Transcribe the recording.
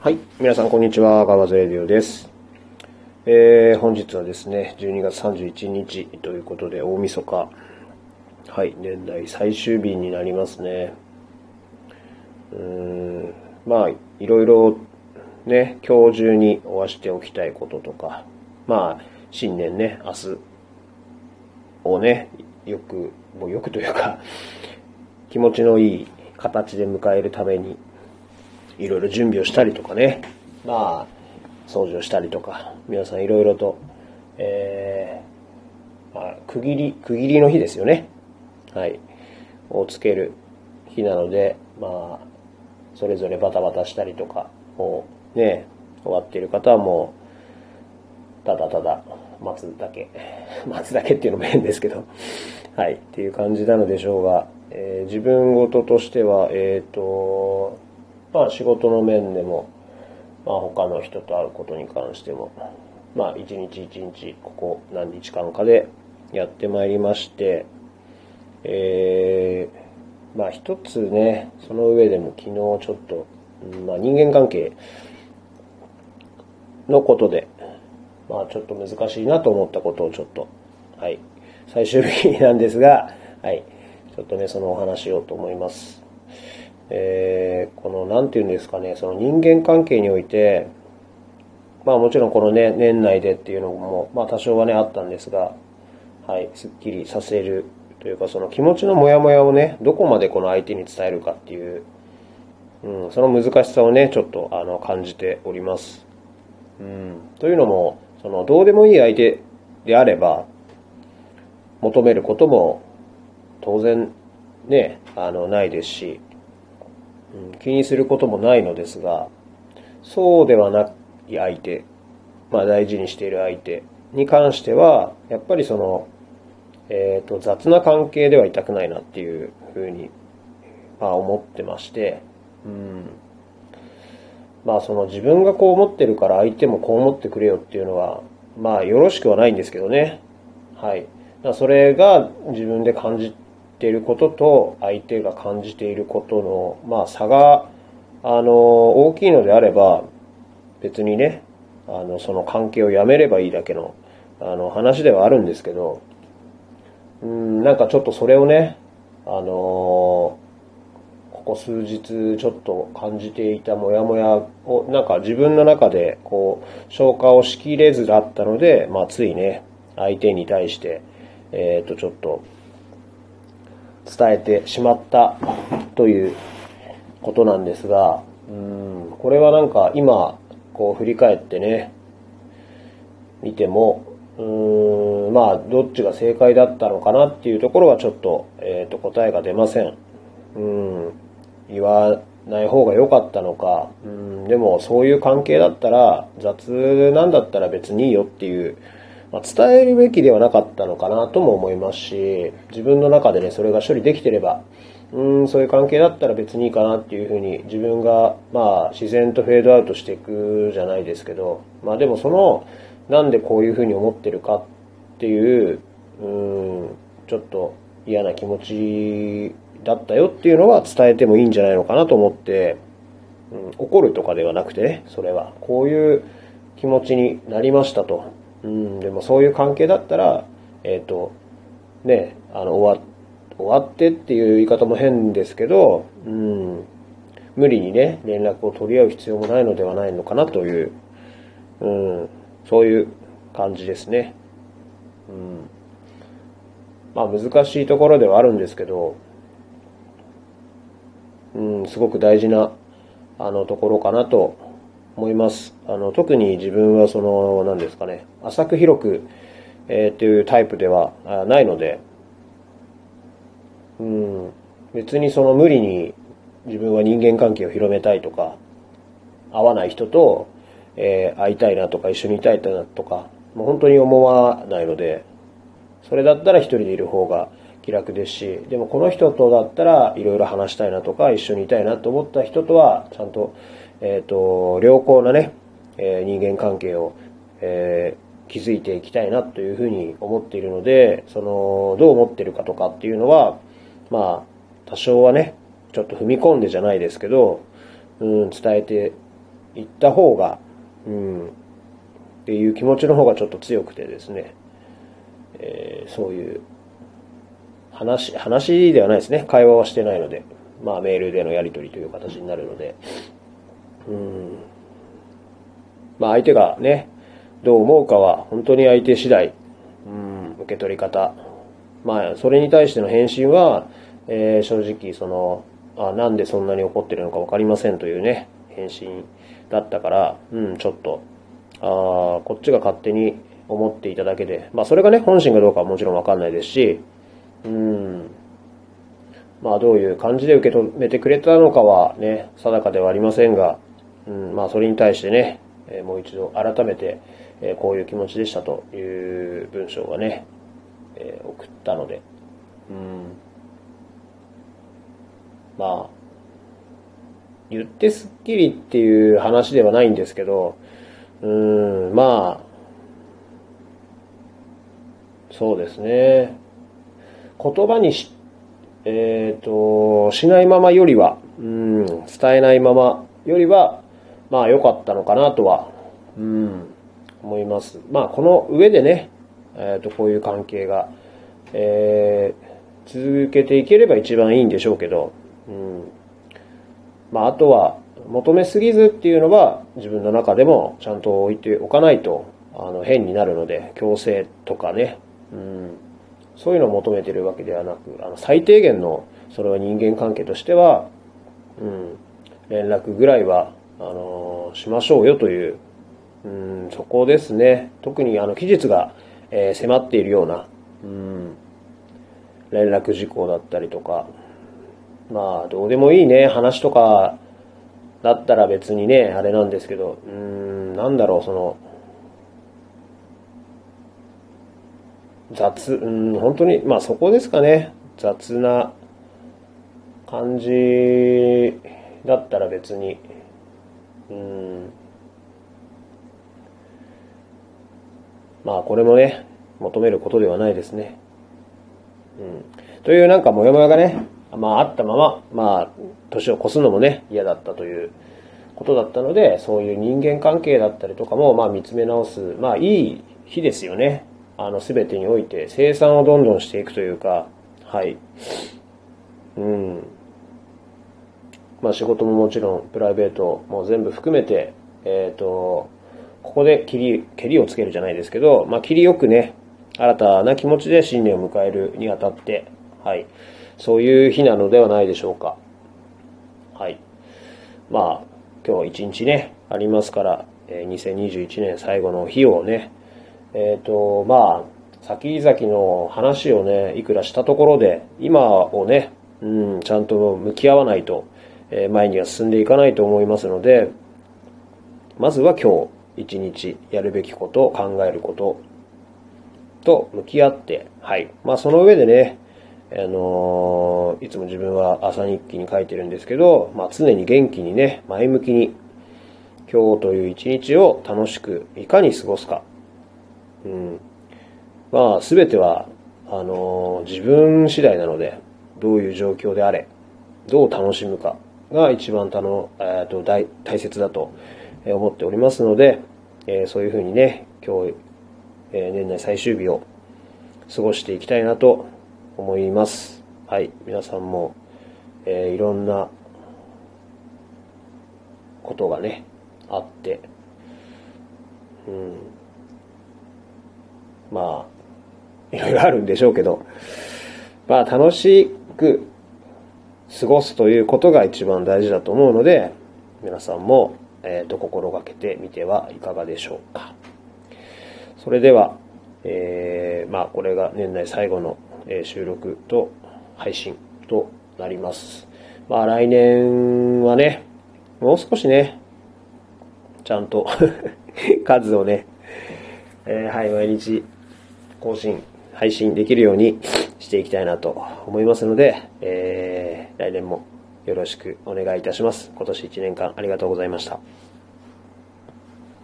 はい。皆さん、こんにちは。ガワズレディオです。本日はですね、12月31日ということで、大晦日。はい。年内最終日になりますね。まあ、いろいろね、今日中に終わしておきたいこととか、まあ、新年ね、明日をね、よくというか、気持ちのいい形で迎えるために、いろいろ準備をしたりとかね、まあ、掃除をしたりとか、皆さんいろいろと、区切りの日ですよね。はい。をつける日なので、まあ、それぞれバタバタしたりとか、もうね、終わっている方はもう、ただただ待つだけっていうのも変ですけど、はい、っていう感じなのでしょうが、自分事としては、まあ仕事の面でも、まあ他の人と会うことに関しても、まあ一日一日ここ何日間かでやってまいりまして、まあ一つね、その上でも昨日ちょっと、まあ人間関係のことで、まあちょっと難しいなと思ったことをちょっと、はい、最終日なんですが、はい、ちょっとね、そのお話しようと思います。この、なんていうんですかね、その人間関係において、まあもちろんこのね、年内でっていうのも、まあ多少はね、あったんですが、はい、すっきりさせるというか、その気持ちのモヤモヤをね、どこまでこの相手に伝えるかっていう、その難しさをね、ちょっと感じております。というのも、そのどうでもいい相手であれば、求めることも当然ね、ないですし、気にすることもないのですが、そうではない相手、まあ大事にしている相手に関しては、やっぱりその、雑な関係ではいたくないなっていうふうに、まあ思ってまして、まあその自分がこう思ってるから相手もこう思ってくれよっていうのは、まあよろしくはないんですけどね。はい。それが自分で感じていることと相手が感じていることの、まあ差が、大きいのであれば、別にね、その関係をやめればいいだけの、話ではあるんですけど、なんかちょっとそれをね、ここ数日ちょっと感じていたモヤモヤをなんか自分の中でこう消化をしきれずだったので、まあついね、相手に対して、ちょっと伝えてしまったということなんですが、これはなんか今こう振り返ってね、見ても、まあどっちが正解だったのかなっていうところはちょっと、答えが出ません。言わない方が良かったのか、でもそういう関係だったら、雑なんだったら別にいいよっていう、まあ、伝えるべきではなかったのかなとも思いますし、自分の中でね、それが処理できてれば、そういう関係だったら別にいいかなっていうふうに自分が、まあ自然とフェードアウトしていくじゃないですけど、まあでもその、なんでこういうふうに思ってるかっていう、ちょっと嫌な気持ちだったよっていうのは伝えてもいいんじゃないのかなと思って、怒るとかではなくてね、それはこういう気持ちになりましたと。でもそういう関係だったら、ね、終わってっていう言い方も変ですけど、無理にね、連絡を取り合う必要もないのではないのかなという、そういう感じですね。まあ難しいところではあるんですけど、すごく大事なところかなと思います。特に自分はその何ですかね、浅く広く、っていうタイプではないので、別にその無理に自分は人間関係を広めたいとか、会わない人と、会いたいなとか一緒にいたいなとか、もう本当に思わないので、それだったら一人でいる方が気楽ですし、でもこの人とだったらいろいろ話したいなとか一緒にいたいなと思った人とはちゃんと、良好なね、人間関係を、築いていきたいなというふうに思っているので、そのどう思ってるかとかっていうのは、まあ多少はね、ちょっと踏み込んでじゃないですけど、伝えて行った方が、っていう気持ちの方がちょっと強くてですね、そういう話ではないですね。会話はしてないので、まあメールでのやり取りという形になるので、まあ相手がね、どう思うかは本当に相手次第、受け取り方。まあそれに対しての返信は、正直なんでそんなに怒ってるのかわかりませんというね、返信だったから、ちょっと、こっちが勝手に思っていただけで、まあそれがね、本心かどうかはもちろんわかんないですし、まあどういう感じで受け止めてくれたのかはね、定かではありませんが、まあそれに対してね、もう一度改めて、こういう気持ちでしたという文章がね、送ったので、まあ、言ってスッキリっていう話ではないんですけど、まあ、そうですね。言葉にしないままよりは、伝えないままよりは、まあ良かったのかなとは、思います。まあこの上でね、こういう関係が、続けていければ一番いいんでしょうけど、まああとは求めすぎずっていうのは自分の中でもちゃんと置いておかないと変になるので、強制とかね、そういうのを求めてるわけではなく、最低限のそれは人間関係としては、連絡ぐらいはしましょうよという、そこですね。特に期日が、迫っているような、連絡事項だったりとか、まあどうでもいいね話とかだったら別にねあれなんですけど、なんだろう本当にまあそこですかね。雑な感じだったら別にまあこれもね求めることではないですね。というなんかモヤモヤがね、まああったまま、まあ年を越すのもね嫌だったということだったので、そういう人間関係だったりとかもまあ見つめ直す、まあいい日ですよね。全てにおいて生産をどんどんしていくというか、はい。まあ仕事ももちろんプライベートも全部含めて、ここでけりをつけるじゃないですけど、まあ切りよくね、新たな気持ちで新年を迎えるにあたって、はい。そういう日なのではないでしょうか。はい。まあ、今日一日ね、ありますから、2021年最後の日をね、まあ、先々の話をね、いくらしたところで、今をね、ちゃんと向き合わないと、前には進んでいかないと思いますので、まずは今日一日やるべきこと、考えることと向き合って、はい。まあその上でね、いつも自分は朝日記に書いてるんですけど、まあ常に元気にね、前向きに、今日という一日を楽しくいかに過ごすか。まあ全ては、自分次第なので、どういう状況であれ、どう楽しむかが一番大切だと思っておりますので、そういうふうにね、今日、年内最終日を過ごしていきたいなと思います。はい。皆さんも、いろんなことがね、あって、まあ、いろいろあるんでしょうけど、まあ楽しく過ごすということが一番大事だと思うので、皆さんも、心がけてみてはいかがでしょうか。それでは、まあこれが年内最後の、収録と配信となります。まあ来年はね、もう少しね、ちゃんと数をね、はい、毎日配信できるようにしていきたいなと思いますので、来年もよろしくお願いいたします。今年1年間ありがとうございました。